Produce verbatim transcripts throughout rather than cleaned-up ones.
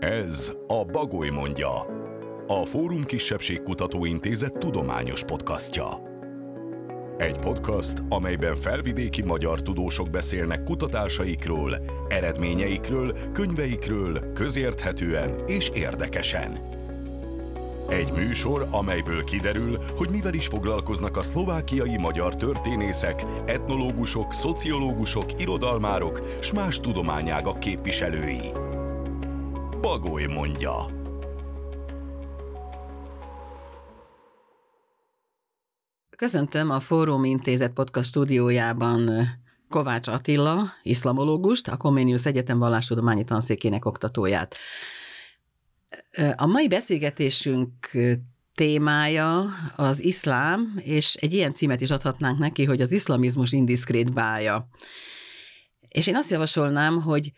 Ez a Bagoly mondja, a Fórum Kisebbségkutató Intézet tudományos podcastja. Egy podcast, amelyben felvidéki magyar tudósok beszélnek kutatásaikról, eredményeikről, könyveikről, közérthetően és érdekesen. Egy műsor, amelyből kiderül, hogy mivel is foglalkoznak a szlovákiai magyar történészek, etnológusok, szociológusok, irodalmárok s más tudományágak képviselői. Bagoly mondja. Köszöntöm a Fórum Intézet podcast stúdiójában Kovács Attila, iszlamológust, a Comenius Egyetem vallástudományi tanszékének oktatóját. A mai beszélgetésünk témája az iszlám, és egy ilyen címet is adhatnánk neki, hogy az iszlamizmus indiszkrét bája. És én azt javasolnám, hogy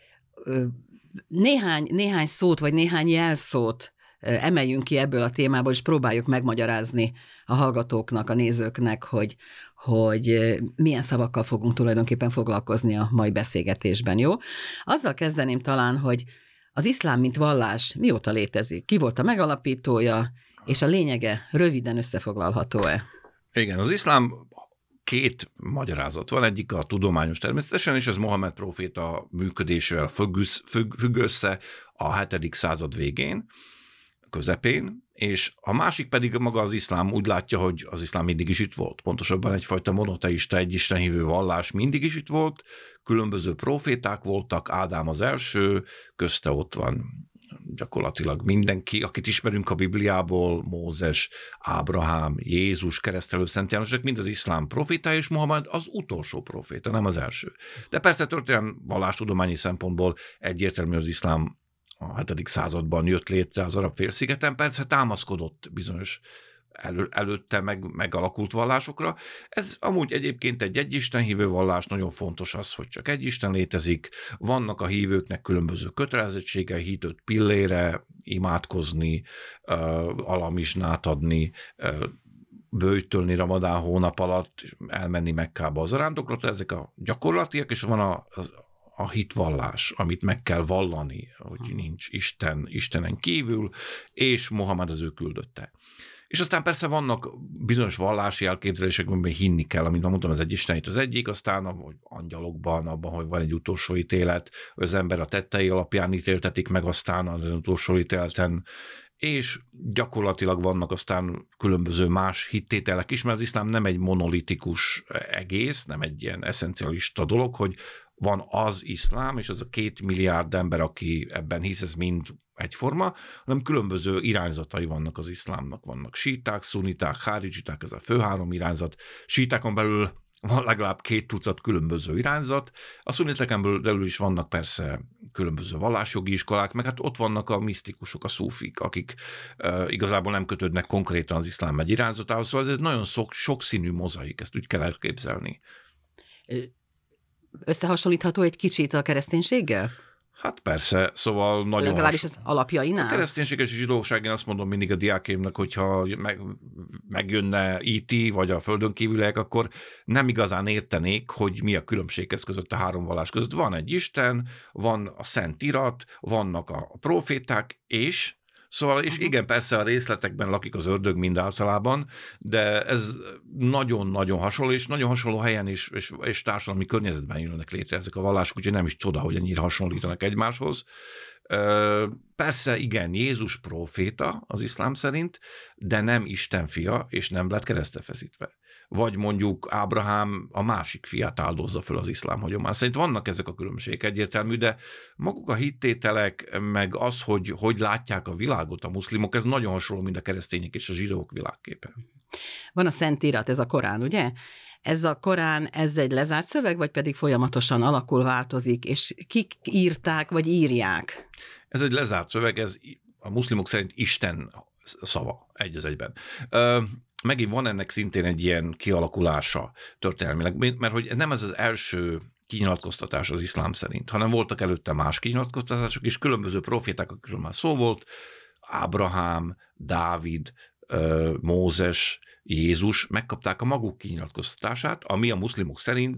néhány, néhány szót, vagy néhány jelszót emeljünk ki ebből a témából, és próbáljuk megmagyarázni a hallgatóknak, a nézőknek, hogy, hogy milyen szavakkal fogunk tulajdonképpen foglalkozni a mai beszélgetésben, jó? Azzal kezdeném talán, hogy az iszlám, mint vallás, mióta létezik? Ki volt a megalapítója, és a lényege röviden összefoglalható-e? Igen, az iszlám két magyarázat van, egyik a tudományos természetesen, és ez Mohamed próféta működésével függ, függ, függ össze a hetedik század végén, közepén, és a másik pedig maga az iszlám úgy látja, hogy az iszlám mindig is itt volt. Pontosabban egyfajta monoteista, egy istenhívő vallás mindig is itt volt, különböző próféták voltak, Ádám az első, közte ott van gyakorlatilag mindenki, akit ismerünk a Bibliából, Mózes, Ábrahám, Jézus, keresztelő Szent János, ezek mind az iszlám profétái, és Mohamed az utolsó proféta, nem az első. De persze történelmi vallástudományi szempontból egyértelmű, az iszlám a hetedik században jött létre az Arab-félszigeten, persze támaszkodott bizonyos elő, előtte meg, megalakult vallásokra. Ez amúgy egyébként egy egyistenhívő vallás, nagyon fontos az, hogy csak egy isten létezik, vannak a hívőknek különböző kötelezettségei, hit öt pillére, imádkozni, alamisnát adni, böjtölni Ramadán hónap alatt, elmenni Mekkába az zarándoklatra, ezek a gyakorlatiak, és van a, az, a hitvallás, amit meg kell vallani, hogy nincs Isten, Istenen kívül, és Mohamed az ő küldötte. És aztán persze vannak bizonyos vallási elképzelések, amiben hinni kell, amit mondtam, az egyistenit az egyik, aztán a angyalokban, abban, hogy van egy utolsó ítélet, az ember a tettei alapján ítéltetik meg aztán az utolsó ítéleten, és gyakorlatilag vannak aztán különböző más hittételek is, mert az iszlám nem egy monolitikus egész, nem egy ilyen eszencialista dolog, hogy van az iszlám, és az a két milliárd ember, aki ebben hisz, ez mind egyforma, hanem különböző irányzatai vannak az iszlámnak. Vannak síták, szuniták, háridzsiták, ez a fő három irányzat. Sítákon belül van legalább két tucat különböző irányzat. A szuniteken belül is vannak persze különböző vallásjogi iskolák, meg hát ott vannak a misztikusok, a szúfik, akik uh, igazából nem kötődnek konkrétan az iszlám egy irányzatához, szóval ez egy nagyon sok, sokszínű mozaik, ezt úgy kell elképzelni. Összehasonlítható egy kicsit a kereszténységgel? Hát persze, szóval nagyon... Legalábbis has... az alapjainál? A kereszténység és a zsidóság, én azt mondom mindig a diákémnak, hogyha meg, megjönne í té vagy a földön kívüliek, akkor nem igazán értenék, hogy mi a különbség ez között, a három vallás között. Van egy Isten, van a Szentirat, vannak a proféták, és... Szóval, és igen, persze a részletekben lakik az ördög mind általában, de ez nagyon-nagyon hasonló, és nagyon hasonló helyen is, és, és társadalmi környezetben jönnek létre ezek a vallások, úgyhogy nem is csoda, hogy ennyire hasonlítanak egymáshoz. Persze, igen, Jézus próféta az iszlám szerint, de nem Isten fia, és nem lett keresztre feszítve. Vagy mondjuk Ábrahám a másik fiát áldozza föl az iszlám hagyomány szerint. Vannak ezek a különbségek egyértelmű, de maguk a hittételek, meg az, hogy hogy látják a világot a muszlimok, ez nagyon hasonló, mint a keresztények és a zsidók világképe. Van a Szentirat, ez a Korán, ugye? Ez a Korán, ez egy lezárt szöveg, vagy pedig folyamatosan alakul, változik, és kik írták, vagy írják? Ez egy lezárt szöveg, ez a muszlimok szerint Isten szava, egy az egyben. Ö, megint van ennek szintén egy ilyen kialakulása történelmileg, mert hogy nem ez az első kinyilatkoztatás az iszlám szerint, hanem voltak előtte más kinyilatkoztatások, és különböző proféták, akikről már szó volt, Ábrahám, Dávid, Mózes, Jézus megkapták a maguk kinyilatkoztatását, ami a muszlimok szerint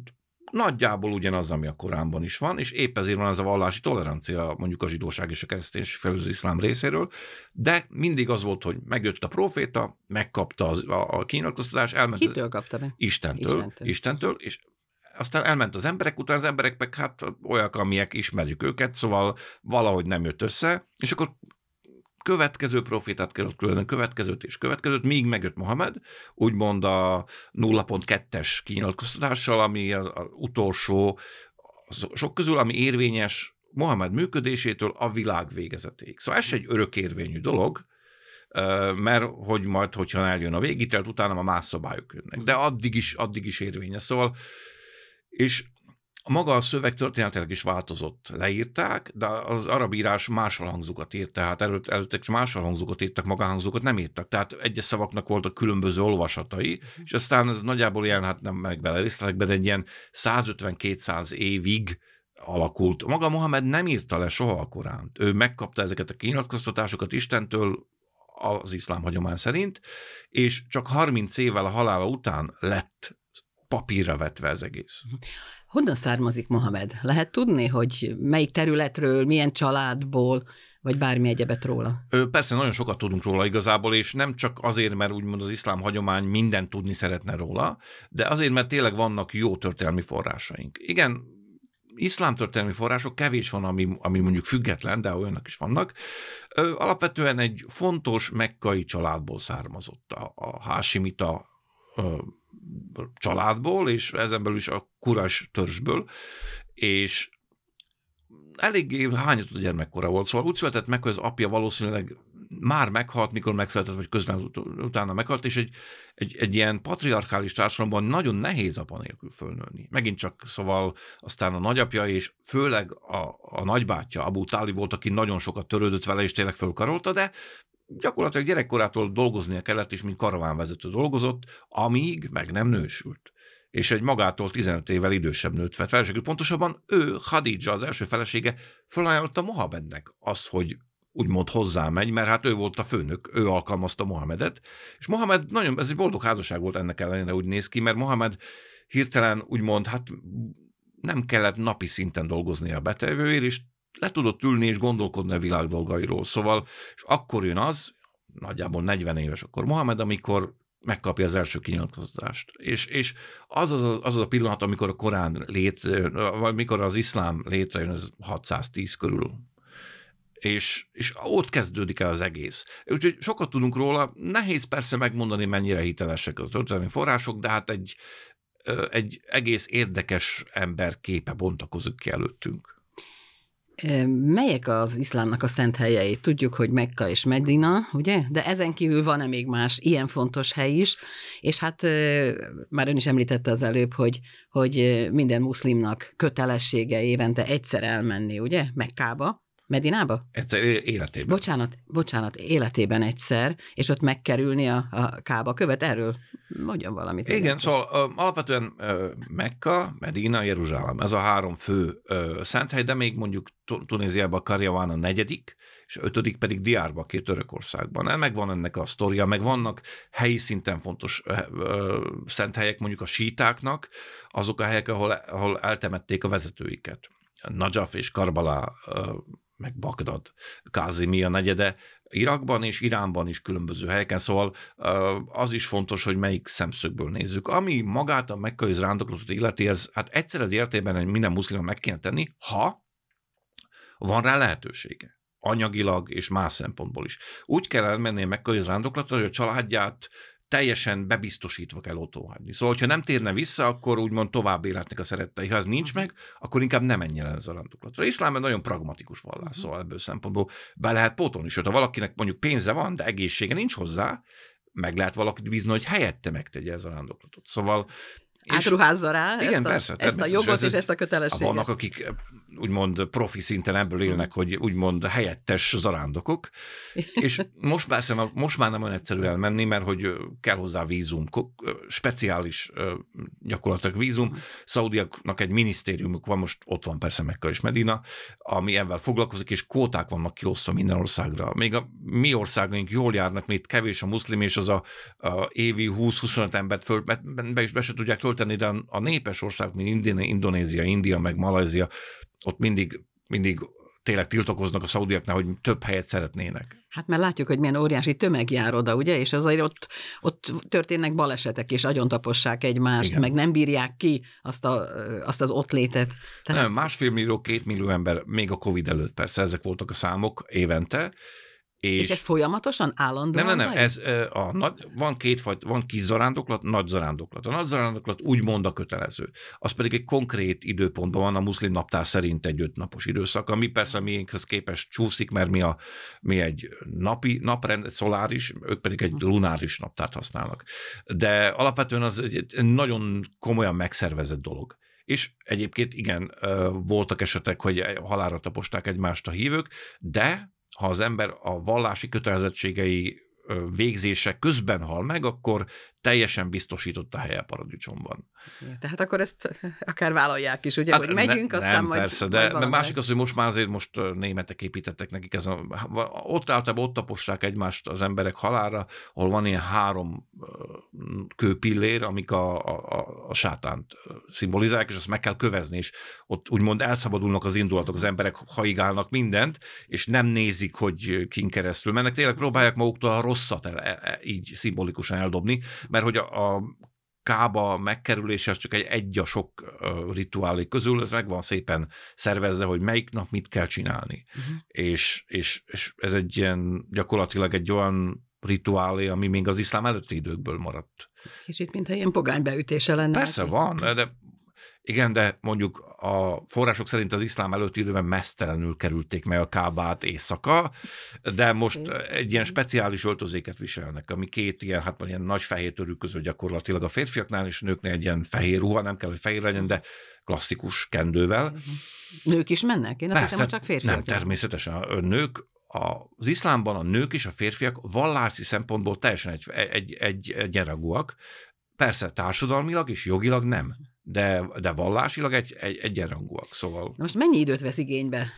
nagyjából ugyanaz, ami a Koránban is van, és épp ezért van ez a vallási tolerancia mondjuk a zsidóság és a kereszténység felül az iszlám részéről, de mindig az volt, hogy megjött a proféta, megkapta az, a, a kinyilatkoztatást, elment. Kitől kapta meg? Istentől, Istentől, Istentől, és aztán elment az emberek után, az emberek meg hát olyak, amilyek ismerjük őket, szóval valahogy nem jött össze, és akkor következő profétát kellett küldeni, következőt és következőt, míg megjött Mohamed, úgymond a nulla pont kettes kinyilatkoztatással, ami az, az utolsó sok közül, ami érvényes Mohamed működésétől a világ végezetéig. Szóval ez egy örökérvényű dolog, mert hogy majd, hogyha eljön a végítelt, utána a más szabályok jönnek. De addig is, addig is érvényes. Szóval, és maga a szöveg történetileg is változott, leírták, de az arab írás másolhangzókat írt, tehát előtt, előtt másolhangzókat írtak, magánhangzókat nem írtak, tehát egyes szavaknak voltak különböző olvasatai, és aztán ez nagyjából ilyen, hát nem meg bele részletekbe, de egy ilyen százötven-kétszáz évig alakult. Maga Mohamed nem írta le soha a Koránt. Ő megkapta ezeket a kinyilatkoztatásokat Istentől az iszlám hagyomány szerint, és csak harminc évvel a halála után lett papírra vetve ez egész. Honnan származik Mohamed? Lehet tudni, hogy melyik területről, milyen családból, vagy bármi egyebet róla? Persze, nagyon sokat tudunk róla igazából, és nem csak azért, mert úgymond az iszlám hagyomány mindent tudni szeretne róla, de azért, mert tényleg vannak jó történelmi forrásaink. Igen, iszlám történelmi források kevés van, ami, ami mondjuk független, de olyanok is vannak. Alapvetően egy fontos mekkai családból származott, a, a hásimita családból, és ezen belül is a Kurajs törzsből, és eléggé hányatott a gyermekkora volt, szóval úgy született meg, hogy az apja valószínűleg már meghalt, mikor megszületett, vagy közben utána meghalt, és egy, egy, egy ilyen patriarchális társadalomban nagyon nehéz apa nélkül fölnőni. Megint csak, szóval aztán a nagyapja, és főleg a, a nagybátyja, Abu Talib volt, aki nagyon sokat törődött vele, és tényleg fölkarolta, de gyakorlatilag gyerekkorától dolgoznia kellett, és mint karavánvezető dolgozott, amíg meg nem nősült. És egy magától tizenöt évvel idősebb nőtt vett feleségül. Pontosabban ő, Khadija, az első felesége, felajánlotta Mohamednek azt, hogy úgymond hozzámegy, mert hát ő volt a főnök, ő alkalmazta Mohamedet, és Mohamed nagyon, ez egy boldog házasság volt ennek ellenére, úgy néz ki, mert Mohamed hirtelen úgymond, hát nem kellett napi szinten dolgozni a betevőért, és le tudott ülni és gondolkodni a világ dolgairól. Szóval, és akkor jön az, nagyjából negyven éves akkor Mohamed, amikor megkapja az első kinyilatkoztatást. És, és az az, az az a pillanat, amikor a Korán lét, vagy mikor az iszlám létrejön, ez hatszáztíz körül. És, és ott kezdődik el az egész. Úgyhogy sokat tudunk róla, nehéz persze megmondani, mennyire hitelesek a történelmi források, de hát egy, egy egész érdekes ember képe bontakozik ki előttünk. Melyek az iszlámnak a szent helyei? Tudjuk, hogy Mekka és Medina, ugye? De ezen kívül van-e még más ilyen fontos hely is? És hát már ön is említette az előbb, hogy, hogy minden muszlimnak kötelessége évente egyszer elmenni, ugye? Mekkába, Medinába? Egyszer életében. Bocsánat, bocsánat, életében egyszer, és ott megkerülni a, a Kába követ. Erről mondjam valamit. Igen, egyszer. szóval uh, alapvetően uh, Mekka, Medina, Jeruzsálem. Ez a három fő uh, szenthely, de még mondjuk Tunéziában Karjaván a negyedik, és a ötödik pedig Diárbakir Törökországban. Megvan ennek a sztoria, meg vannak helyi szinten fontos uh, uh, szenthelyek, mondjuk a sítáknak, azok a helyek, ahol, ahol eltemették a vezetőiket. Najaf és Karbala, uh, meg Bagdad, Kázimi a negyede, Irakban és Iránban is különböző helyeken, szóval az is fontos, hogy melyik szemszögből nézzük. Ami magát a mekkai zarándoklatot illeti, ez hát egyszer az életében minden muszlimon meg kéne tenni, ha van rá lehetősége. Anyagilag és más szempontból is. Úgy kell elmenni a mekkai zarándoklatra, hogy a családját teljesen bebiztosítva kell otthon hagyni. Szóval, hogyha nem térne vissza, akkor úgymond tovább életnek a szerettei. Ha ez nincs meg, akkor inkább nem menjen el ez a zarándoklatra. Iszlám egy nagyon pragmatikus vallás, szóval ebből szempontból be lehet pótolni. Sőt, ha valakinek mondjuk pénze van, de egészsége nincs hozzá, meg lehet valakit bízni, hogy helyette megtegye ez a zarándoklatot. Szóval átruházza rá igen, ezt, persze, a, ezt a jogot és ezt a kötelességet. Vannak, akik úgymond profi szinten ebből élnek, hogy úgymond helyettes zarándokok, és most, persze, most már nem olyan egyszerű elmenni, mert hogy kell hozzá vízum, speciális gyakorlatilag vízum. Szaudiaknak egy minisztériumuk van, most ott van persze Mekka és Medina, ami ebben foglalkozik, és kvóták vannak kiosztva minden országra. Még a mi országaink jól járnak, mert kevés a muszlim, és az a, a évi húsz-huszonöt embert föl, be is be se tudják tölteni, de a népes országok, mint Indonézia, India, meg Malajzia, ott mindig, mindig tényleg tiltakoznak a szaudiaknál, hogy több helyet szeretnének. Hát mert látjuk, hogy milyen óriási tömeg jár oda, ugye, és azért ott, ott történnek balesetek, és agyontapossák egymást, igen. meg nem bírják ki azt, a, azt az ott létet. Tehát... Nem, másfél millió, két millió ember, még a Covid előtt persze, ezek voltak a számok évente. És, és ez folyamatosan, állandóan? Nem, nem, nem, ez a nagy, van két fajta, van kis zarándoklat, nagy zarándoklat. A nagy zarándoklat úgymond a kötelező. Az pedig egy konkrét időpontban van, a muszlim naptár szerint egy ötnapos időszak, ami persze a miénkhez képest csúszik, mert mi, a, mi egy napi, naprend, szoláris, ők pedig egy lunáris naptárt használnak. De alapvetően az egy nagyon komolyan megszervezett dolog. És egyébként igen, voltak esetek, hogy halálra taposták egymást a hívők, de ha az ember a vallási kötelezettségei végzése közben hal meg, akkor teljesen biztosított a helye a paradicsomban. Tehát akkor ezt akár vállalják is, ugye, hát hogy megyünk, ne, aztán nem, majd... persze, de majd másik az, hogy most már azért most németek építettek nekik, ez a, ott általában ott tapossák egymást az emberek halálra, ahol van ilyen három kőpillér, amik a, a, a sátánt szimbolizálják, és azt meg kell kövezni, és ott úgymond elszabadulnak az indulatok, az emberek haigálnak mindent, és nem nézik, hogy kin keresztül mennek, tényleg próbálják maguktól a rosszat el, el, így szimbolikusan eldobni, mert hogy a, a Kába megkerülése az csak egy, egy a sok uh, rituálé közül, ez meg van szépen szervezve, hogy melyik nap mit kell csinálni. Uh-huh. És, és, és ez egy ilyen, gyakorlatilag egy olyan rituálé, ami még az iszlám előtti időkből maradt. Kicsit, mintha ilyen pogánybeütése lenne. Persze van, de igen, de mondjuk a források szerint az iszlám előtti időben mesztelenül kerülték meg a Kábát éjszaka, de most egy ilyen speciális öltözéket viselnek, ami két ilyen, hát ilyen nagy fehér törű között gyakorlatilag a férfiaknál és a nőknél egy ilyen fehér ruha, nem kell, hogy fehér legyen, de klasszikus kendővel. Nők is mennek? Én azt hiszem, hogy csak férfiak. Nem, természetesen a nők, az iszlámban a nők és a férfiak vallási szempontból teljesen egy, egy, egy, egyenrangúak. Persze társadalmilag és jogilag nem, de, de vallásilag egy, egy, egyenrangúak. Szóval... Most mennyi időt vesz igénybe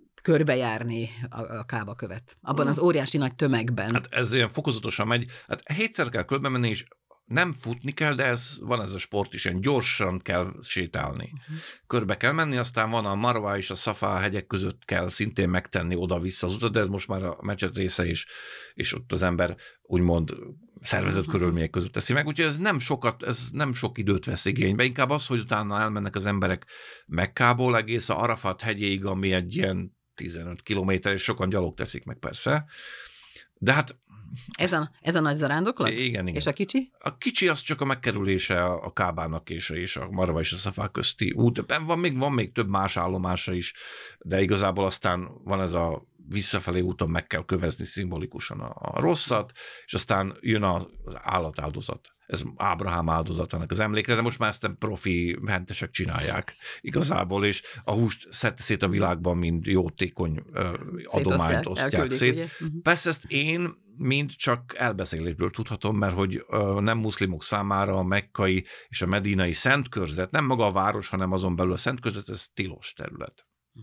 körbejárni a, a Kába követ? Abban az óriási nagy tömegben. Hát ez ilyen fokozatosan megy. Hát hétszer kell körbe menni, és nem futni kell, de ez, van ez a sport is, ilyen gyorsan kell sétálni. Uh-huh. Körbe kell menni, aztán van a Marwa és a Szafa hegyek között kell szintén megtenni oda-vissza az utat, de ez most már a mecset része is, és ott az ember úgymond szervezett uh-huh. körülmények között teszi meg, úgyhogy ez nem sokat, ez nem sok időt vesz igénybe, inkább az, hogy utána elmennek az emberek Mekkából egész a Arafat hegyéig, ami egy ilyen tizenöt kilométer, és sokan gyalog teszik meg persze. De hát Ez a, ez a nagy zarándoklat? Igen, igen. És a kicsi? A kicsi az csak a megkerülése a Kábának és, és a Marva és a Szafá közti út. Van még, van még több más állomása is, de igazából aztán van ez a visszafelé úton meg kell kövezni szimbolikusan a, a rosszat, és aztán jön az állatáldozat. Ez Ábrahám áldozatának az emlékre, de most már ezt profi mentesek csinálják igazából, és a húst szerte szét a világban, mind jótékony adományt osztják szét. Ugye? Persze ezt én mind csak elbeszélésből tudhatom, mert hogy nem muszlimok számára a mekkai és a medinai szentkörzet, nem maga a város, hanem azon belül a szentkörzet, ez tilos terület.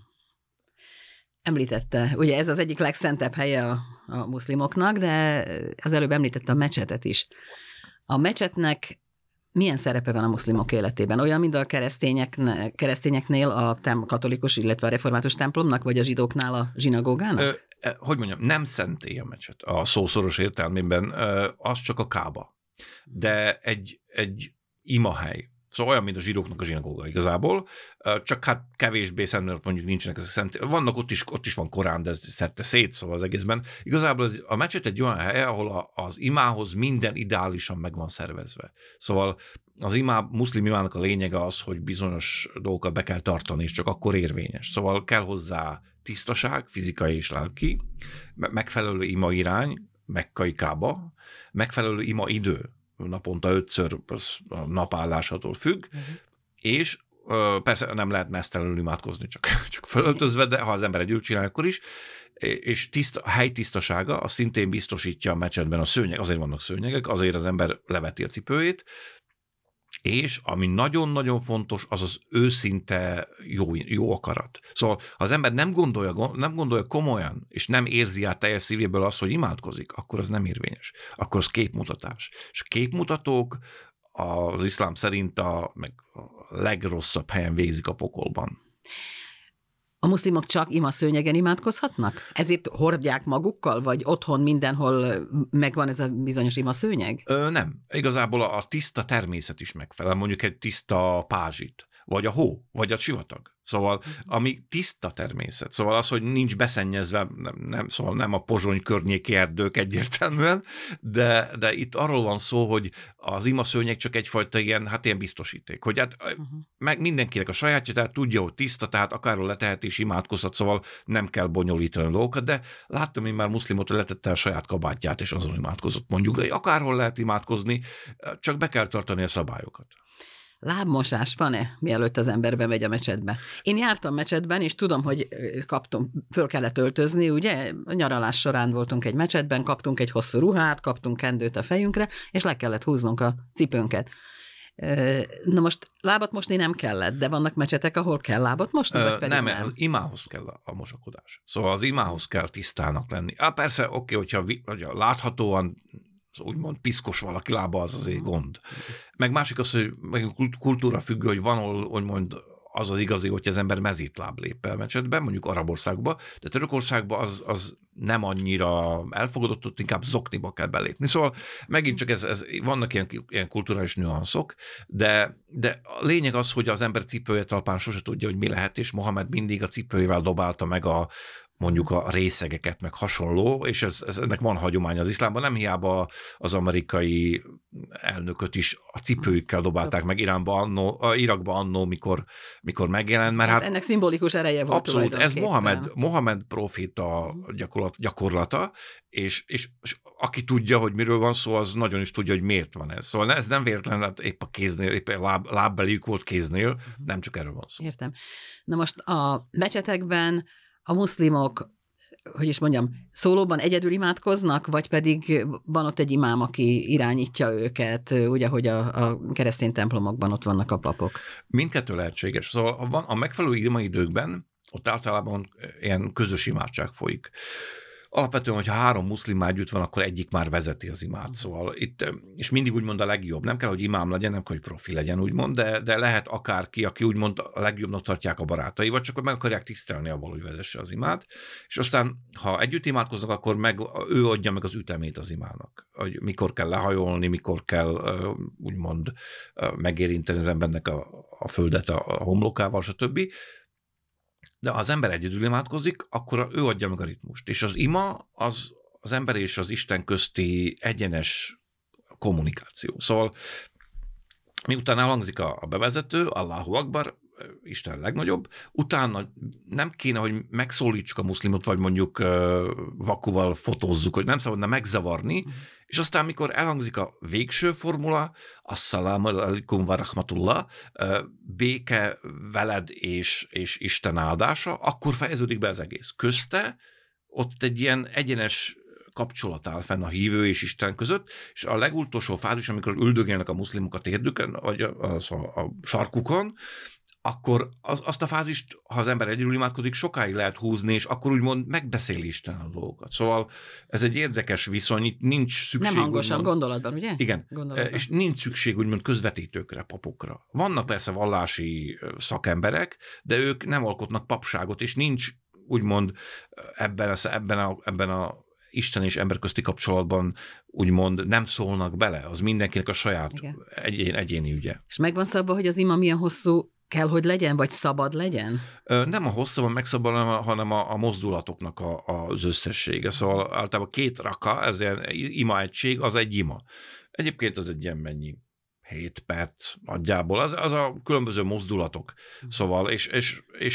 Említette, ugye ez az egyik legszentebb helye a, a muszlimoknak, de az előbb említette a mecsetet is. A mecsetnek milyen szerepe van a muszlimok életében? Olyan, mint a keresztényeknél, keresztényeknél a tem, katolikus, illetve a református templomnak, vagy a zsidóknál a zsinagógának? Ö, hogy mondjam, nem szentély a mecset a szószoros értelmében, az csak a Kába. De egy, egy imahely. Szóval olyan, mint a zsidóknak a zsinagóga igazából, csak hát kevésbé szent, mert mondjuk nincsenek ezek szent. Vannak ott is, ott is van Korán, de ez szerte szét, szóval az egészben. Igazából ez, a mecset egy olyan hely, ahol a, az imához minden ideálisan meg van szervezve. Szóval az imá, muszlim imának a lényege az, hogy bizonyos dolgokat be kell tartani, és csak akkor érvényes. Szóval kell hozzá tisztaság, fizikai és lelki, megfelelő ima irány, mekkai Kába, megfelelő ima idő, naponta ötször, az a napállásától függ, uh-huh. és persze nem lehet mesztelenül imádkozni, csak, csak fölöltözve, de ha az ember együtt csinál, akkor is, és tiszta, a hely tisztasága az szintén biztosítja a mecsetben a szőnyeg, azért vannak szőnyegek, azért az ember leveti a cipőjét, és ami nagyon-nagyon fontos, az az őszinte jó, jó akarat. Szóval ha az ember nem gondolja, nem gondolja komolyan, és nem érzi át teljes szívéből azt, hogy imádkozik, akkor az nem érvényes. Akkor az képmutatás. És képmutatók az iszlám szerint a, meg a legrosszabb helyen végzik a pokolban. A muszlimok csak ima szőnyegen imádkozhatnak? Ezért hordják magukkal, vagy otthon mindenhol megvan ez a bizonyos ima szőnyeg? Ö, nem. Igazából a, a tiszta természet is megfelel. Mondjuk egy tiszta pázsit, vagy a hó, vagy a sivatag. Szóval, ami tiszta természet. Szóval az, hogy nincs beszennyezve, nem, nem, szóval nem a Pozsony környéki erdők egyértelműen, de, de itt arról van szó, hogy az imaszőnyeg csak egyfajta ilyen, hát ilyen biztosíték, hogy hát uh-huh. meg mindenkinek a sajátja, tehát tudja, hogy tiszta, tehát akárról letehet és imádkozhat, szóval nem kell bonyolítani a dolgokat, de láttam én már muszlimot, hogy letette a saját kabátját, és azon imádkozott mondjuk, de akárhol lehet imádkozni, csak be kell tartani a szabályokat. Lábmosás van-e, mielőtt az ember bemegy a mecsetbe? Én jártam mecsetben, és tudom, hogy kaptunk, föl kellett öltözni, ugye? A nyaralás során voltunk egy mecsetben, kaptunk egy hosszú ruhát, kaptunk kendőt a fejünkre, és le kellett húznunk a cipőnket. Na most lábat mosni nem kellett, de vannak mecsetek, ahol kell lábat mosni, vagy pedig nem, nem? az imához kell a, a mosakodás. Szóval az imához kell tisztának lenni. Á, persze, oké, hogyha, hogyha láthatóan úgymond piszkos valaki lába, az azért gond. Meg másik az, hogy meg kultúra függő, hogy van, ahol úgymond az az igazi, hogy az ember mezítláb lép el mecsetbe, mondjuk Arabországba, de Törökországban az, az nem annyira elfogadott, ott inkább zokniba kell belépni. Szóval megint csak ez, ez vannak ilyen, ilyen kulturális nüanszok, de, de a lényeg az, hogy az ember cipője talpán sose tudja, hogy mi lehet, és Mohamed mindig a cipőjével dobálta meg a mondjuk a részegeket, meg hasonló, és ez, ez, ennek van hagyománya az iszlámban, nem hiába az amerikai elnököt is a cipőjükkel dobálták meg Iránba annó, Irakba annó, mikor, mikor megjelent, mert hát, hát ennek szimbolikus ereje volt. Abszolút, ez Mohamed, Mohamed proféta gyakorlat, gyakorlata, és, és, és aki tudja, hogy miről van szó, az nagyon is tudja, hogy miért van ez. Szóval ez nem véletlen, hát épp a kéznél, épp a láb, lábbeliük volt kéznél, nem csak erről van szó. Értem. Na most a mecsetekben a muszlimok, hogy is mondjam, szólóban egyedül imádkoznak, vagy pedig van ott egy imám, aki irányítja őket, ugye, hogy a, a keresztény templomokban ott vannak a papok? Mindkettő lehetséges. Szóval van, a megfelelő imaidőkben ott általában ilyen közös imádság folyik. Alapvetően, hogyha három muszlim már együtt van, akkor egyik már vezeti az imát. Szóval itt, és mindig úgymond a legjobb. Nem kell, hogy imám legyen, nem kell, hogy profi legyen, úgymond, de, de lehet akárki, aki úgymond a legjobbnak tartják a barátai, vagy csak meg akarják tisztelni avval, hogy vezesse az imát. És aztán, ha együtt imádkoznak, akkor meg, ő adja meg az ütemét az imának. Hogy mikor kell lehajolni, mikor kell úgymond megérinteni az embernek a, a földet a, a homlokával, stb. De ha az ember egyedül imádkozik, akkor ő adja meg a ritmust. És az ima az az ember és az Isten közti egyenes kommunikáció. Szóval miután elhangzik a bevezető, Allahu Akbar, Isten legnagyobb, utána nem kéne, hogy megszólítsuk a muszlimot, vagy mondjuk vakuval fotózzuk, hogy nem szabadna megzavarni, uh-huh. és aztán, mikor elhangzik a végső formula, assalamu alaikum wa rahmatullah, béke veled és, és Isten áldása, akkor fejeződik be az egész. Közte ott egy ilyen egyenes kapcsolat áll fenn a hívő és Isten között, és a legutolsó fázis, amikor üldögélnek a muszlimok a térdükön, vagy a, a, a sarkukon, akkor az, azt a fázist, ha az ember egyedül imádkozik, sokáig lehet húzni, és akkor úgymond megbeszéli Isten a dolgokat. Szóval ez egy érdekes viszony, itt nincs szükség. Nem hangosan, úgymond, gondolatban, ugye? Igen, gondolatban. És nincs szükség úgymond közvetítőkre, papokra. Vannak persze vallási szakemberek, de ők nem alkotnak papságot, és nincs úgymond ebben a, ebben a, ebben a Isten és ember közti kapcsolatban úgymond nem szólnak bele, az mindenkinek a saját egyén, egyéni ügye. És megvan szabva, hogy az ima milyen hosszú kell, hogy legyen, vagy szabad legyen? Nem a hossza van megszabad, hanem a, a mozdulatoknak a, az összessége. Szóval általában két raka, ez ilyen ima egység, az egy ima. Egyébként az egy ilyen mennyi? hét perc nagyjából. Az, az a különböző mozdulatok. Szóval, és, és, és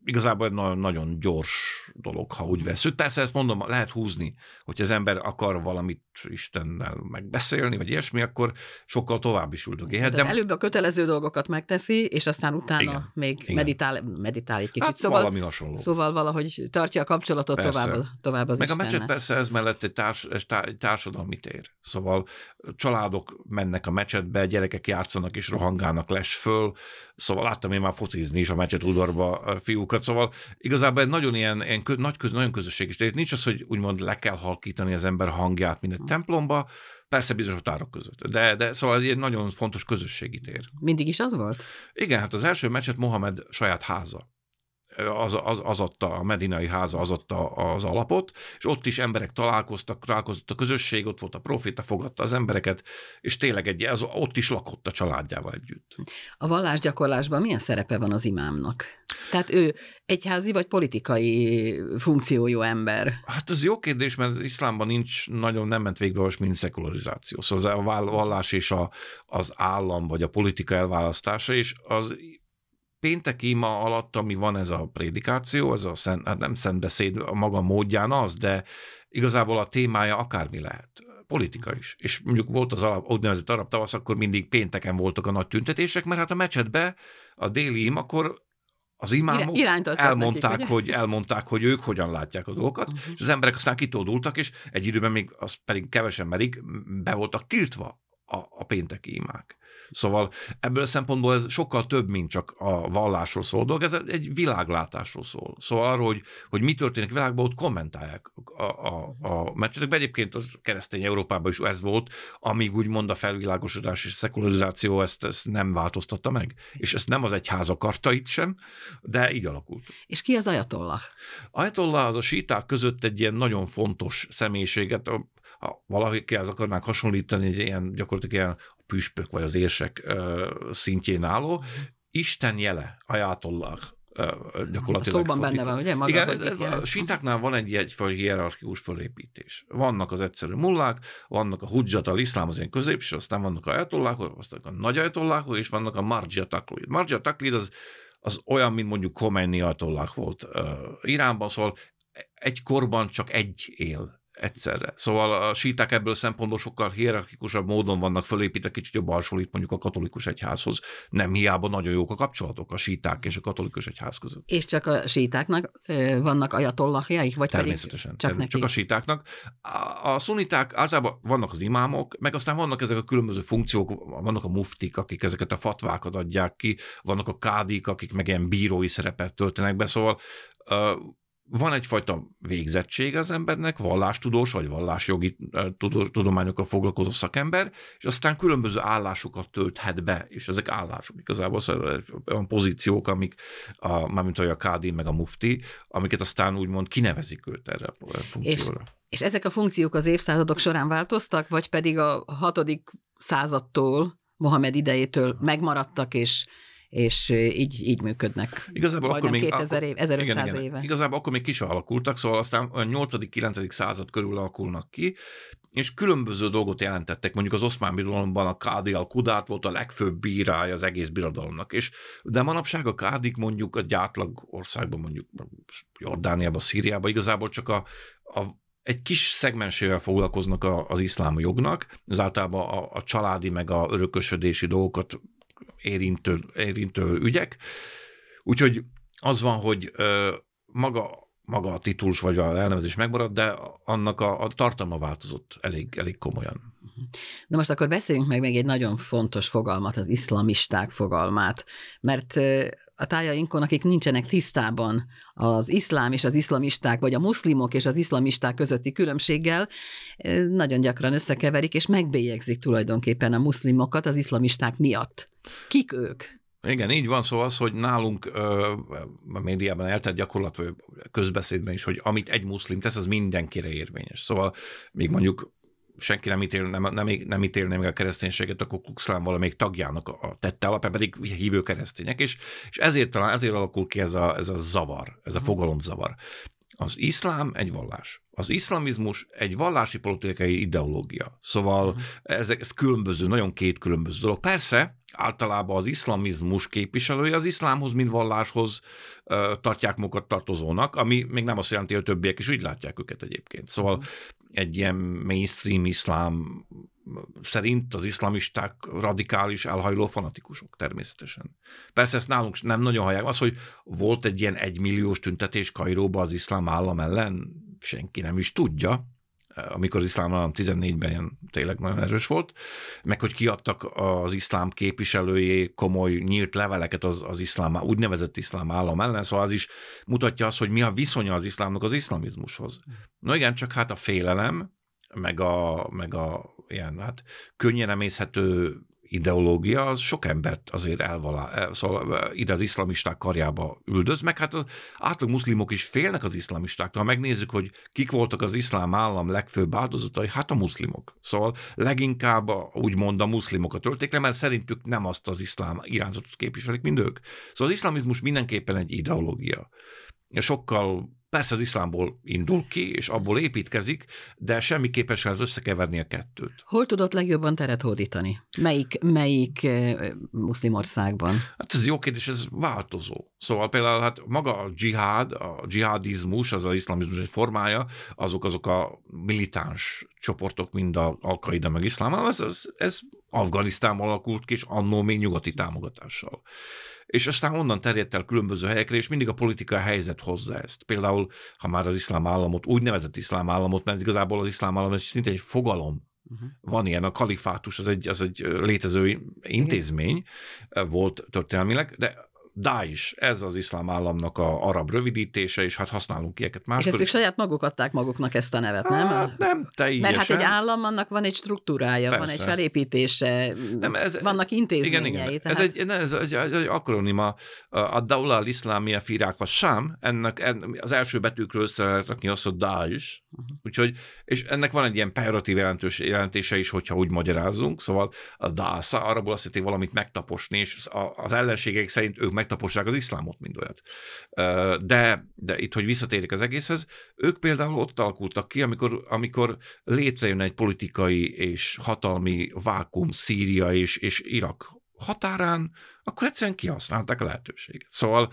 igazából egy nagyon, nagyon gyors dolog, ha úgy veszük. Persze ezt mondom, lehet húzni, hogy az ember akar valamit Istennel megbeszélni, vagy ilyesmi, akkor sokkal tovább is üldögélhet. De előbb a kötelező dolgokat megteszi, és aztán utána igen, még igen. Meditál, meditál egy kicsit. Hát szóval, valami hasonló. Szóval valahogy tartja a kapcsolatot tovább, tovább az Meg Istennel. a mecset persze ez mellett egy, társ, egy társadalmi tér. Szóval családok mennek a mecsetbe, gyerekek játszanak és rohangálnak les föl, szóval láttam én már focizni is a mecset udvarba fiúkat, szóval igazából egy nagyon ilyen, ilyen kö, nagy köz, nagyon közösség is. Nincs az, hogy úgymond le kell halkítani az ember hangját, mint egy templomba, persze bizonyos határok között. De, de szóval egy nagyon fontos közösségi tér. Mindig is az volt? Igen, hát az első mecset Mohamed saját háza. Az, az, az adta, a medinai háza az adta az alapot, és ott is emberek találkoztak, találkozott a közösség, ott volt a proféta, fogadta az embereket, és tényleg egy, az, ott is lakott a családjával együtt. A vallásgyakorlásban milyen szerepe van az imámnak? Tehát ő egyházi vagy politikai funkciójú ember? Hát ez jó kérdés, mert iszlámban nincs, nagyon nem ment végbe most, mint szekularizáció. Szóval a vallás és a, az állam, vagy a politika elválasztása, és az pénteki ima alatt, ami van ez a prédikáció, ez a szent, hát nem szentbeszéd a maga módján az, de igazából a témája akármi lehet. Politika is. És mondjuk volt az alap, úgynevezett arab tavasz, akkor mindig pénteken voltak a nagy tüntetések, mert hát a mecsetbe, a déli im, akkor az imámok elmondták, nekik, hogy, elmondták, hogy ők hogyan látják a dolgokat, uh-huh. és az emberek aztán kitódultak, és egy időben még az pedig kevesen merik, be voltak tiltva a, a pénteki imák. Szóval ebből a szempontból ez sokkal több, mint csak a vallásról szól dolog, ez egy világlátásról szól. Szóval arról, hogy, hogy mi történik a világban, ott kommentálják a, a, a meccsetekben. Egyébként az keresztény Európában is ez volt, amíg úgymond a felvilágosodás és szekularizáció ezt, ezt nem változtatta meg. És ezt nem az egyház akarta itt sem, de így alakult. És ki az ajatollah? Ajatollah az a síták között egy ilyen nagyon fontos személyiséget, ha valakihez akarnánk hasonlítani, egy ilyen gyakorlatilag ilyen püspök vagy az érsek uh, szintjén álló, Isten jele, ajatollah gyakorlatilag. A szóban benne van, ugye? Maga, igen, ez, a sítáknál van egy egyfajta hierarchikus fölépítés. Vannak az egyszerű mullák, vannak a hujjat, az iszlám az ilyen középső, aztán vannak a ajatollahok, aztán a nagy ajatollahok, és vannak a marja taklid. Marja taklid az, az olyan, mint mondjuk Khomeini ajatollah volt uh, Iránban, szóval egy korban csak egy él egyszerre. Szóval a síták ebből szempontból sokkal hierarchikusabb módon vannak fölépítve, kicsit jobban hasonlít mondjuk a katolikus egyházhoz. Nem hiába nagyon jók a kapcsolatok a síták és a katolikus egyház között. És csak a sítáknak vannak ajatollahjaik? Vagy természetesen. Pedig csak, természetesen. Csak a sítáknak. A, a szuniták általában vannak az imámok, meg aztán vannak ezek a különböző funkciók, vannak a muftik, akik ezeket a fatvákat adják ki, vannak a kádik, akik meg ilyen bírói szerepet töltenek be, szóval uh, van egyfajta végzettség az embernek, vallástudós vagy vallásjogi tudományokkal foglalkozó szakember, és aztán különböző állásokat tölthet be, és ezek állások igazából szóval olyan pozíciók, amik, a, mármint a kádi meg a mufti, amiket aztán úgymond kinevezik őt erre a funkcióra. És, és ezek a funkciók az évszázadok során változtak, vagy pedig a hatodik századtól, Mohamed idejétől megmaradtak, és és így, így működnek. Igazából majdnem akkor még, kétezer év, ezerötszáz igen, éve. Igazából akkor még kis alakultak, szóval aztán a nyolcadik-kilencedik század körül alakulnak ki, és különböző dolgot jelentettek. Mondjuk az Oszmán Birodalomban a kádi al-Kudát volt a legfőbb bírája az egész birodalomnak. És, de manapság a kádik mondjuk egy átlag országban, mondjuk Jordániában, Szíriában igazából csak a, a egy kis szegmensével foglalkoznak a, az iszlám jognak, az általában a, a családi meg a örökösödési dolgokat érintő, érintő ügyek. Úgyhogy az van, hogy ö, maga, maga a titulus vagy a elnevezés megmarad, de annak a, a tartalma változott elég, elég komolyan. Na most akkor beszéljünk meg még egy nagyon fontos fogalmat, az iszlamisták fogalmát, mert a tájainkon, akik nincsenek tisztában az iszlám és az iszlamisták, vagy a muszlimok és az iszlamisták közötti különbséggel, nagyon gyakran összekeverik, és megbélyegzik tulajdonképpen a muszlimokat az iszlamisták miatt. Kik ők? Igen, így van, szóval az, hogy nálunk a médiában eltelt gyakorlat, vagy közbeszédben is, hogy amit egy muszlim tesz, az mindenkire érvényes. Szóval még mondjuk senki nem, ítél, nem, nem, nem ítélné meg a kereszténységet, akkor Ku Klux Klan valamelyik tagjának a tette alapján, pedig hívő keresztények, és, és ezért talán ezért alakul ki ez a, ez a zavar, ez a fogalomzavar. Az iszlám egy vallás. Az iszlamizmus egy vallási politikai ideológia. Szóval uh-huh. ezek, ez különböző, nagyon két különböző dolog. Persze, általában az iszlamizmus képviselői az iszlámhoz, mint valláshoz uh, tartják magukat tartozónak, ami még nem azt jelenti, hogy a többiek is úgy látják őket egyébként. Szóval uh-huh. egy ilyen mainstream iszlám szerint az iszlamisták radikális, elhajló fanatikusok természetesen. Persze ezt nálunk nem nagyon hallják. Az, hogy volt egy ilyen egymilliós tüntetés Kairóba az iszlám állam ellen, senki nem is tudja, amikor az iszlám állam tizennégyben tényleg nagyon erős volt, meg hogy kiadtak az iszlám képviselőjé komoly nyílt leveleket az, az iszlám, úgynevezett iszlám állam ellen, szóval az is mutatja azt, hogy mi a viszonya az iszlámnak az iszlamizmushoz. No igen, csak hát a félelem, meg a, meg a ilyen, hát könnyen emészhető ideológia, az sok embert azért elvalá, szóval ide az iszlamisták karjába üldöz, meg hát az átlag muszlimok is félnek az iszlamistáktól. Ha megnézzük, hogy kik voltak az iszlám állam legfőbb áldozatai, hát a muszlimok. Szóval leginkább úgymond a muszlimokat ölték le, mert szerintük nem azt az iszlám irányzatot képviselik, mint ők. Szóval az iszlamizmus mindenképpen egy ideológia. Sokkal persze az iszlámból indul ki, és abból építkezik, de semmiképpen sem lehet összekeverni a kettőt. Hol tudott legjobban teret hódítani? Melyik, melyik uh, muszlim országban? Hát ez jó kérdés, ez változó. Szóval például hát maga a dzsihád, a dzsihádizmus, az az iszlamizmus egy formája, azok azok a militáns csoportok, mind a Al-Qaida meg iszlám, ez, ez, ez Afganisztánban alakult ki, és annó még nyugati támogatással. És aztán onnan terjedt el különböző helyekre, és mindig a politikai helyzet hozza ezt. Például, ha már az iszlám államot, úgynevezett iszlám államot, mert igazából az iszlám állam szinte egy fogalom. Uh-huh. Van ilyen, a kalifátus, az egy, az egy létező intézmény uh-huh. volt történelmileg, de Daesh, ez az iszlám államnak a arab rövidítése, és hát használunk ilyeket máskor. És ezt ők saját maguk adták maguknak ezt a nevet, nem? Hát, nem teljesen. Mert hát egy állam, annak van egy struktúrája, Persze. van egy felépítése, nem, ez, vannak intézményei. Igen, igen. Tehát... Ez egy, ez egy, egy, egy akronima, a Daula al-Islamia fi Iraq wa Sham, ennek az első betűkről össze lehet rakni azt, hogy Daesh. Uh-huh. Úgyhogy, és ennek van egy ilyen pejoratív jelentős, jelentése is, hogyha úgy magyarázzunk, szóval a Dasa arabból azt jelenti valamit megtaposni, és az ellenségek szerint ők megtapossák az iszlámot, mind olyat. De, de itt, hogy visszatérjek az egészhez, ők például ott alakultak ki, amikor, amikor létrejön egy politikai és hatalmi vákum Szíria és, és Irak határán, akkor egyszerűen kihasználták a lehetőséget. Szóval,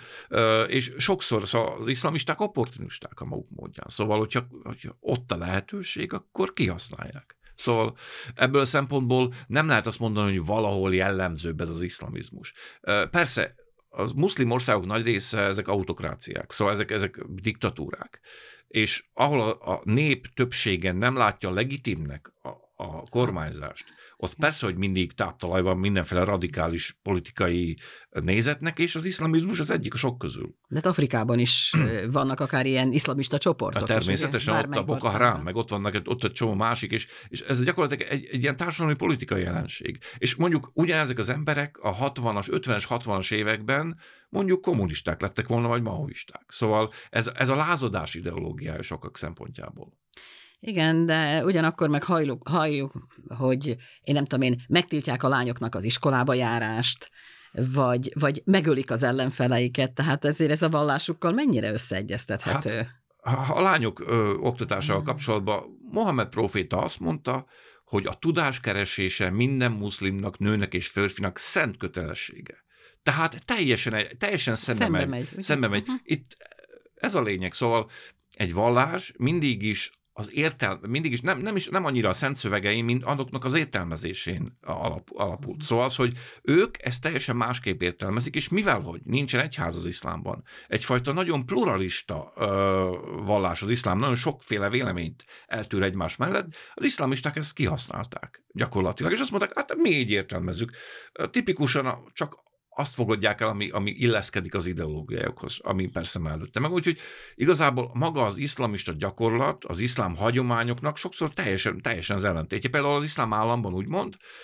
és sokszor szóval az iszlamisták opportunisták a maguk módján. Szóval, hogyha, hogyha ott a lehetőség, akkor kihasználják. Szóval ebből a szempontból nem lehet azt mondani, hogy valahol jellemzőbb ez az iszlamizmus. Persze, az muszlim országok nagy része ezek autokráciák, szóval ezek, ezek diktatúrák. És ahol a, a nép többsége nem látja legitimnek a, a kormányzást, ott persze, hogy mindig táptalaj van mindenféle radikális politikai nézetnek, és az iszlamizmus az egyik a sok közül. De hát Afrikában is vannak akár ilyen iszlamista csoportok. Természetesen is, ott a Boko Haram, meg ott vannak ott egy csomó másik, és, és ez gyakorlatilag egy, egy ilyen társadalmi politikai jelenség. És mondjuk ugyanezek az emberek a hatvanas, ötvenes, hatvanas években mondjuk kommunisták lettek volna, vagy maoisták. Szóval ez, ez a lázadás ideológiája sokak szempontjából. Igen, de ugyanakkor meg halljuk, halljuk, hogy én nem tudom én, megtiltják a lányoknak az iskolába járást, vagy, vagy megölik az ellenfeleiket, tehát ezért ez a vallásukkal mennyire összeegyeztethető? Hát, a lányok ö, oktatásával kapcsolatban Mohamed próféta azt mondta, hogy a tudáskeresése minden muszlimnak, nőnek és férfinak szent kötelessége. Tehát teljesen, teljesen szembe, szembe megy. megy szembe megy. Uh-huh. Itt ez a lényeg, szóval egy vallás mindig is az értelme, mindig is nem, nem, is, nem annyira a szent szövegei, mint azoknak az értelmezésén alap, alapult. Szóval az, hogy ők ezt teljesen másképp értelmezik, és mivel, hogy nincsen egyház az iszlámban, egyfajta nagyon pluralista ö, vallás az iszlám, nagyon sokféle véleményt eltűr egymás mellett, az iszlámisták ezt kihasználták gyakorlatilag, és azt mondták, hát mi így értelmezzük. Tipikusan csak azt fogadják el, ami, ami illeszkedik az ideológiájukhoz, ami persze mellette meg. Úgyhogy igazából maga az iszlamista gyakorlat, az iszlám hagyományoknak sokszor teljesen, teljesen az ellentétje. Például az iszlám államban úgymond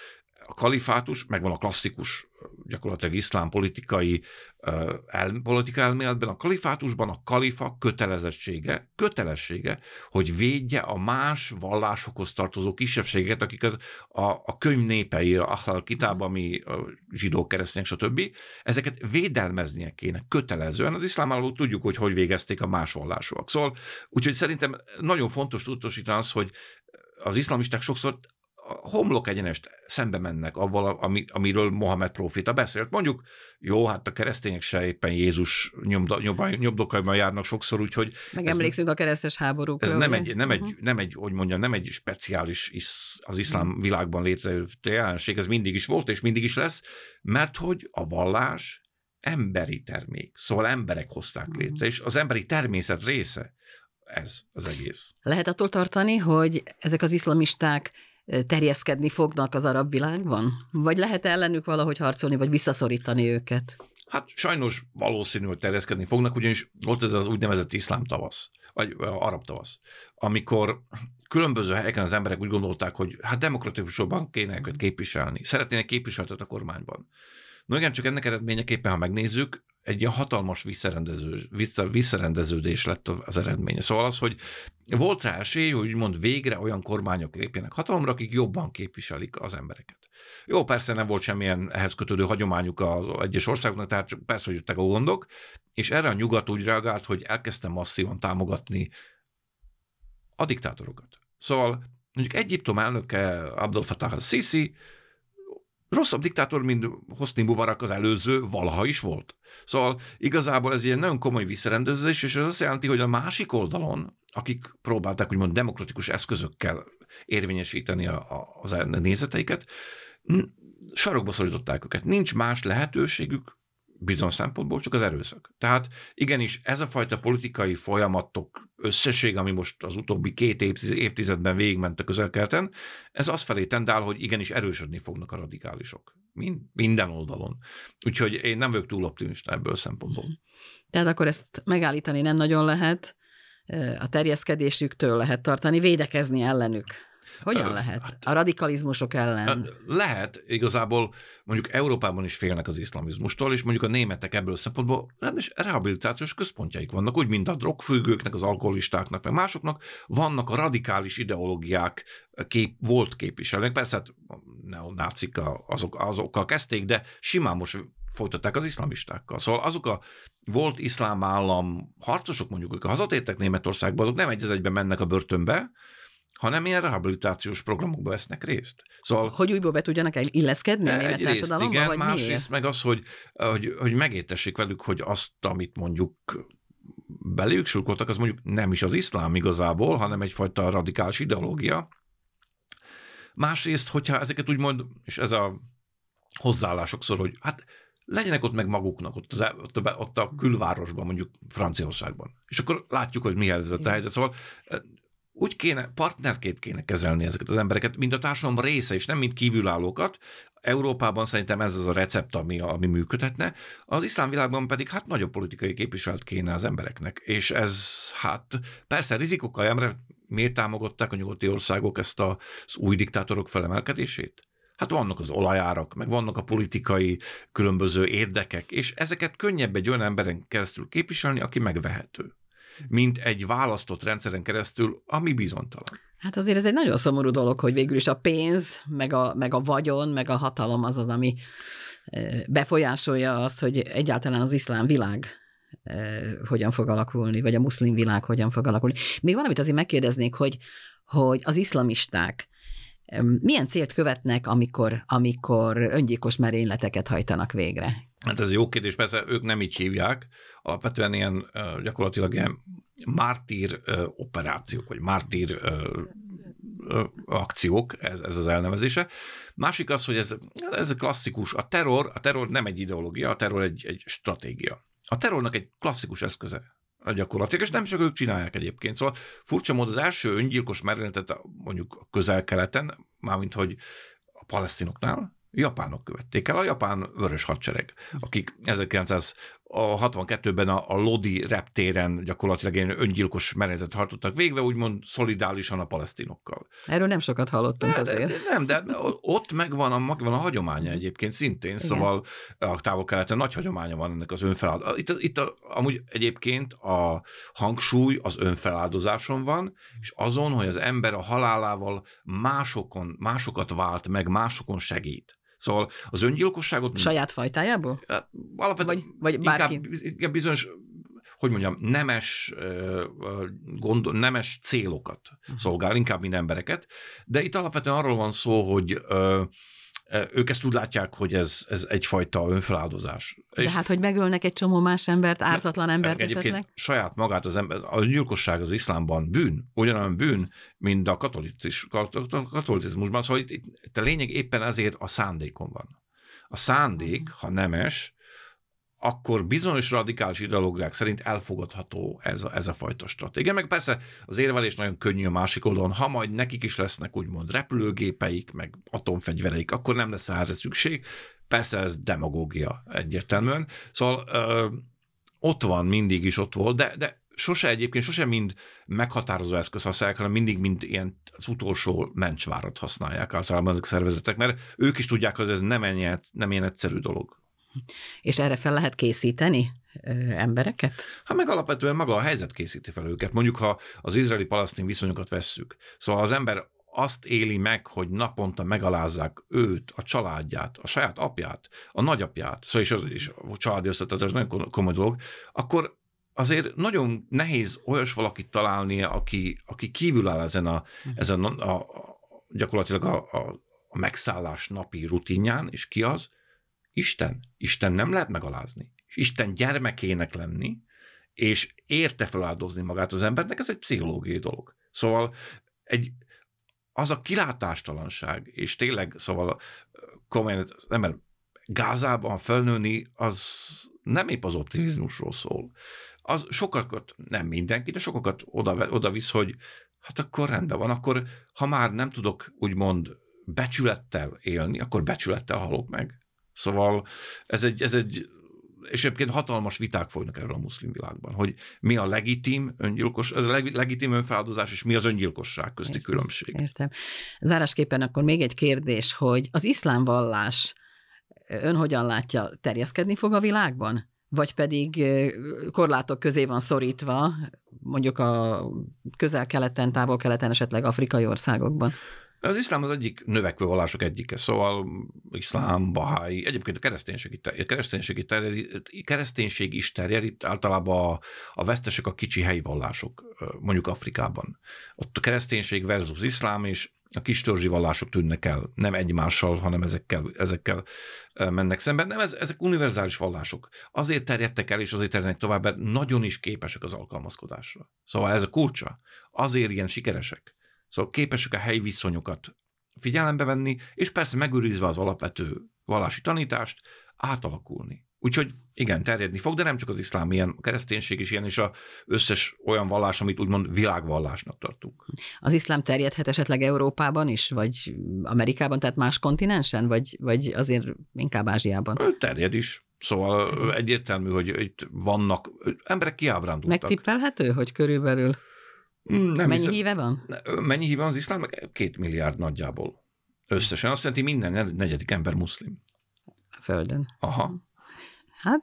a kalifátus, megvan a klasszikus, gyakorlatilag iszlám politikai el, politika elméletben, a kalifátusban a kalifa kötelezettsége, kötelessége, hogy védje a más vallásokhoz tartozó kisebbségeket, akiket a, a könyv népei, a kitáb, ami a zsidók, keresztények, stb. Ezeket védelmeznie kéne kötelezően. Az iszlám államok tudjuk, hogy hogy végezték a más vallásúak. Szóval, úgyhogy szerintem nagyon fontos tudatosítani az, hogy az iszlamisták sokszor a homlok egyenest szembe mennek avval, ami, amiről Mohamed próféta beszélt. Mondjuk, jó, hát a keresztények se éppen Jézus nyomda, nyomdokaiban járnak sokszor, úgyhogy... Megemlékszünk a keresztes háborúkról. Ez nem egy, nem, egy, nem egy, hogy mondjam, nem egy speciális isz, az iszlám világban létrejövő jelenség, ez mindig is volt, és mindig is lesz, mert hogy a vallás emberi termék, szóval emberek hozták létre, és az emberi természet része ez az egész. Lehet attól tartani, hogy ezek az iszlamisták terjeszkedni fognak az arab világban? Vagy lehet ellenük valahogy harcolni, vagy visszaszorítani őket? Hát sajnos valószínű, hogy terjeszkedni fognak, ugyanis volt ez az úgynevezett iszlám tavasz, vagy arab tavasz, amikor különböző helyeken az emberek úgy gondolták, hogy hát demokratikusabban kéne őket képviselni, szeretnének képviseletet a kormányban. No igen, csak ennek eredményeképpen, ha megnézzük, egy ilyen hatalmas visszarendező, vissza, visszarendeződés lett az eredménye. Szóval az, hogy volt rá esély, hogy úgymond végre olyan kormányok lépjenek hatalomra, akik jobban képviselik az embereket. Jó, persze nem volt semmilyen ehhez kötődő hagyományuk az egyes országoknak, tehát persze, hogy jöttek a gondok, és erre a nyugat úgy reagált, hogy elkezdte masszívan támogatni a diktátorokat. Szóval mondjuk Egyiptom elnöke Abdel Fattah al-Sisi rosszabb diktátor, mint Hosni Mubarak az előző valaha is volt. Szóval igazából ez ilyen nagyon komoly visszarendezés, és ez azt jelenti, hogy a másik oldalon, akik próbálták úgymond demokratikus eszközökkel érvényesíteni a, a, az nézeteiket, sarokba szorították őket. Nincs más lehetőségük bizonyos szempontból, csak az erőszak. Tehát igenis ez a fajta politikai folyamatok összesség, ami most az utóbbi két évtizedben végigment a Közel-Keleten, ez azt felé tendál, hogy igenis erősödni fognak a radikálisok. Mind, minden oldalon. Úgyhogy én nem vagyok túl optimista ebből a szempontból. Tehát akkor ezt megállítani nem nagyon lehet, a terjeszkedésüktől lehet tartani, védekezni ellenük. Hogyan lehet? A radikalizmusok ellen? Lehet, igazából mondjuk Európában is félnek az iszlamizmustól, és mondjuk a németek ebből a szempontból rendes rehabilitációs központjaik vannak, úgy, mint a drogfüggőknek, az alkoholistáknak, meg másoknak vannak a radikális ideológiák kép, volt képviselők. Persze hát neonácik azok, azokkal kezdték, de simán most folytatták az iszlamistákkal. Szóval azok a volt iszlám állam harcosok, mondjuk, akik hazatértek Németországba, azok nem egy az egyben mennek a börtönbe, hanem ilyen rehabilitációs programokba vesznek részt. Szóval, hogy újból be tudjanak illeszkedni a német társadalomba, igen, vagy másrészt miért? meg az, hogy, hogy, hogy megértessék velük, hogy azt, amit mondjuk beléjük sulkoltak, az mondjuk nem is az iszlám igazából, hanem egyfajta radikális ideológia. Másrészt, hogyha ezeket úgy mond, és ez a hozzáállás sokszor, hogy hát legyenek ott meg maguknak, ott, az, ott, a, ott a külvárosban, mondjuk Franciaországban. És akkor látjuk, hogy mihez vezet a helyzet. Szóval úgy kéne, partnerként kéne kezelni ezeket az embereket, mint a társadalom része, és nem mint kívülállókat. Európában szerintem ez az a recept, ami, ami működhetne. Az iszlám világban pedig hát nagyobb politikai képviselet kéne az embereknek. És ez hát persze rizikokkal jár, mert miért támogatták a nyugati országok ezt a, az új diktátorok felemelkedését? Hát vannak az olajárak, meg vannak a politikai különböző érdekek, és ezeket könnyebb egy olyan emberen keresztül képviselni, aki megvehető, mint egy választott rendszeren keresztül, ami bizonytalan. Hát azért ez egy nagyon szomorú dolog, hogy végül is a pénz, meg a, meg a vagyon, meg a hatalom az az, ami befolyásolja azt, hogy egyáltalán az iszlám világ hogyan fog alakulni, vagy a muszlim világ hogyan fog alakulni. Még valamit azért megkérdeznék, hogy, hogy az iszlamisták milyen célt követnek, amikor, amikor öngyilkos merényleteket hajtanak végre? Hát ez jó kérdés, persze ők nem így hívják, alapvetően ilyen gyakorlatilag ilyen mártír operációk, vagy mártír akciók, ez, ez az elnevezése. Másik az, hogy ez, ez klasszikus, a terror, a terror nem egy ideológia, a terror egy, egy stratégia. A terrornak egy klasszikus eszköze gyakorlatilag, és nem csak ők csinálják egyébként. Szóval furcsa módon az első öngyilkos merényletet mondjuk a Közel-Keleten, mármint hogy a palesztinoknál, japánok követték el, a japán vörös hadsereg, akik ezerkilencszáz a hatvankettőben a, a Lodi reptéren gyakorlatilag ilyen öngyilkos merényletet hajtottak végre, úgymond szolidálisan a palesztinokkal. Erről nem sokat hallottunk de, azért. De, nem, de ott megvan a, megvan a hagyománya egyébként szintén, igen. Szóval a Távol-Keleten nagy hagyománya van ennek az önfeláldozás. Itt, itt a, amúgy egyébként a hangsúly az önfeláldozáson van, és azon, hogy az ember a halálával másokon, másokat vált meg, másokon segít. Szóval az öngyilkosságot... Saját fajtájából? Alapvetően vagy, vagy bárki... inkább, inkább bizonyos, hogy mondjam, nemes, gondol, nemes célokat uh-huh. szolgál, inkább mint embereket, de itt alapvetően arról van szó, hogy ők ezt úgy látják, hogy ez, ez egyfajta önfeláldozás. De és hát, hogy megölnek egy csomó más embert, ártatlan embert esetleg? Saját magát az ember, a gyilkosság az iszlámban bűn, ugyanolyan bűn, mint a katolicizmusban, szóval itt, itt a lényeg éppen ezért a szándékon van. A szándék, ha nemes, akkor bizonyos radikális ideológiák szerint elfogadható ez a, ez a fajta stratégia. Meg persze az érvelés nagyon könnyű a másik oldalon, ha majd nekik is lesznek úgymond repülőgépeik, meg atomfegyvereik, akkor nem lesz erre szükség. Persze ez demagógia egyértelműen. Szóval ö, ott van, mindig is ott volt, de, de sose egyébként, sose mind meghatározó eszköz használják, hanem mindig mind ilyen az utolsó mencsvárat használják általában ezek a szervezetek, mert ők is tudják, hogy ez nem ilyen, nem ilyen egyszerű dolog. És erre fel lehet készíteni ö, embereket? Hát meg alapvetően maga a helyzet készíti fel őket. Mondjuk, ha az izraeli-palasztin viszonyokat vesszük. Szóval az ember azt éli meg, hogy naponta megalázzák őt, a családját, a saját apját, a nagyapját, szóval is, az, is a családi összetartás nagyon komoly dolog, akkor azért nagyon nehéz olyas valakit találni, aki, aki kívül áll ezen a, ezen a, a, a gyakorlatilag a, a, a megszállás napi rutinján, és ki az? Isten. Isten nem lehet megalázni. És Isten gyermekének lenni, és érte feláldozni magát az embernek, ez egy pszichológiai dolog. Szóval egy, az a kilátástalanság, és tényleg, szóval komolyan az ember Gázában felnőni, az nem épp az optimizmusról szól. Az sokakat, nem mindenki, de sokakat oda, oda visz, hogy hát akkor rendben van, akkor ha már nem tudok úgymond becsülettel élni, akkor becsülettel halok meg. Szóval ez egy, ez egy, és egyébként hatalmas viták folynak erről a muszlim világban, hogy mi a legitim öngyilkos, ez a legitim önfeláldozás, és mi az öngyilkosság közti értem, különbség. Értem. Zárásképpen akkor még egy kérdés, hogy az iszlám vallás ön hogyan látja, terjeszkedni fog a világban? Vagy pedig korlátok közé van szorítva, mondjuk a közel-keleten, távol-keleten, esetleg afrikai országokban? Az iszlám az egyik növekvő vallások egyike, szóval iszlám, bahái, egyébként a kereszténység, a kereszténység, terjed, kereszténység is terjed, itt általában a, a vesztesek a kicsi helyi vallások, mondjuk Afrikában. Ott a kereszténység versus iszlám, és a kis törzsi vallások tűnnek el, nem egymással, hanem ezekkel, ezekkel mennek szemben. Nem, ez, ezek univerzális vallások. Azért terjedtek el, és azért terjednek tovább, mert nagyon is képesek az alkalmazkodásra. Szóval ez a kulcsa. Azért ilyen sikeresek. Szóval képesek a helyi viszonyokat figyelembe venni, és persze megőrizve az alapvető vallási tanítást, átalakulni. Úgyhogy igen, terjedni fog, de nem csak az iszlám ilyen, a kereszténység is ilyen, és az összes olyan vallás, amit úgymond világvallásnak tartunk. Az iszlám terjedhet esetleg Európában is, vagy Amerikában, tehát más kontinensen, vagy, vagy azért inkább Ázsiában? Terjed is. Szóval egyértelmű, hogy itt vannak, emberek kiábrándultak. Megtippelhető, hogy körülbelül nem mennyi hiszem, híve van? Mennyi híve van az iszlám? Két milliárd nagyjából. Összesen. Azt jelenti, minden negyedik ember muszlim. A Földön. Aha. Hát,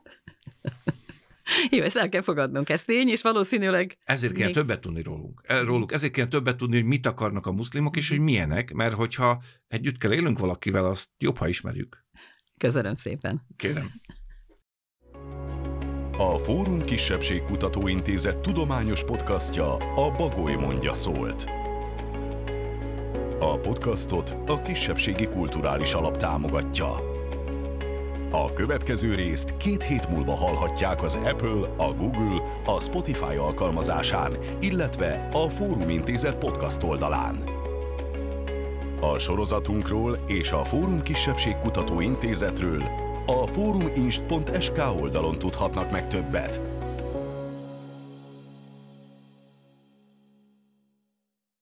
jó, ezt el kell fogadnunk, ez tény, és valószínűleg... Ezért kéne még... többet tudni rólunk. róluk. Ezért kéne többet tudni, hogy mit akarnak a muszlimok, és hogy milyenek, mert hogyha együtt kell élünk valakivel, azt jobb, ha ismerjük. Köszönöm szépen. Kérem. A Fórum Kisebbségkutató Intézet tudományos podcastja a Bagoly mondja szólt. A podcastot a Kisebbségi Kulturális Alap támogatja. A következő részt két hét múlva hallhatják az Apple, a Google, a Spotify alkalmazásán, illetve a Fórum Intézet podcast oldalán. A sorozatunkról és a Fórum Kisebbségkutató Intézetről a fóruminst pont es ká oldalon tudhatnak meg többet.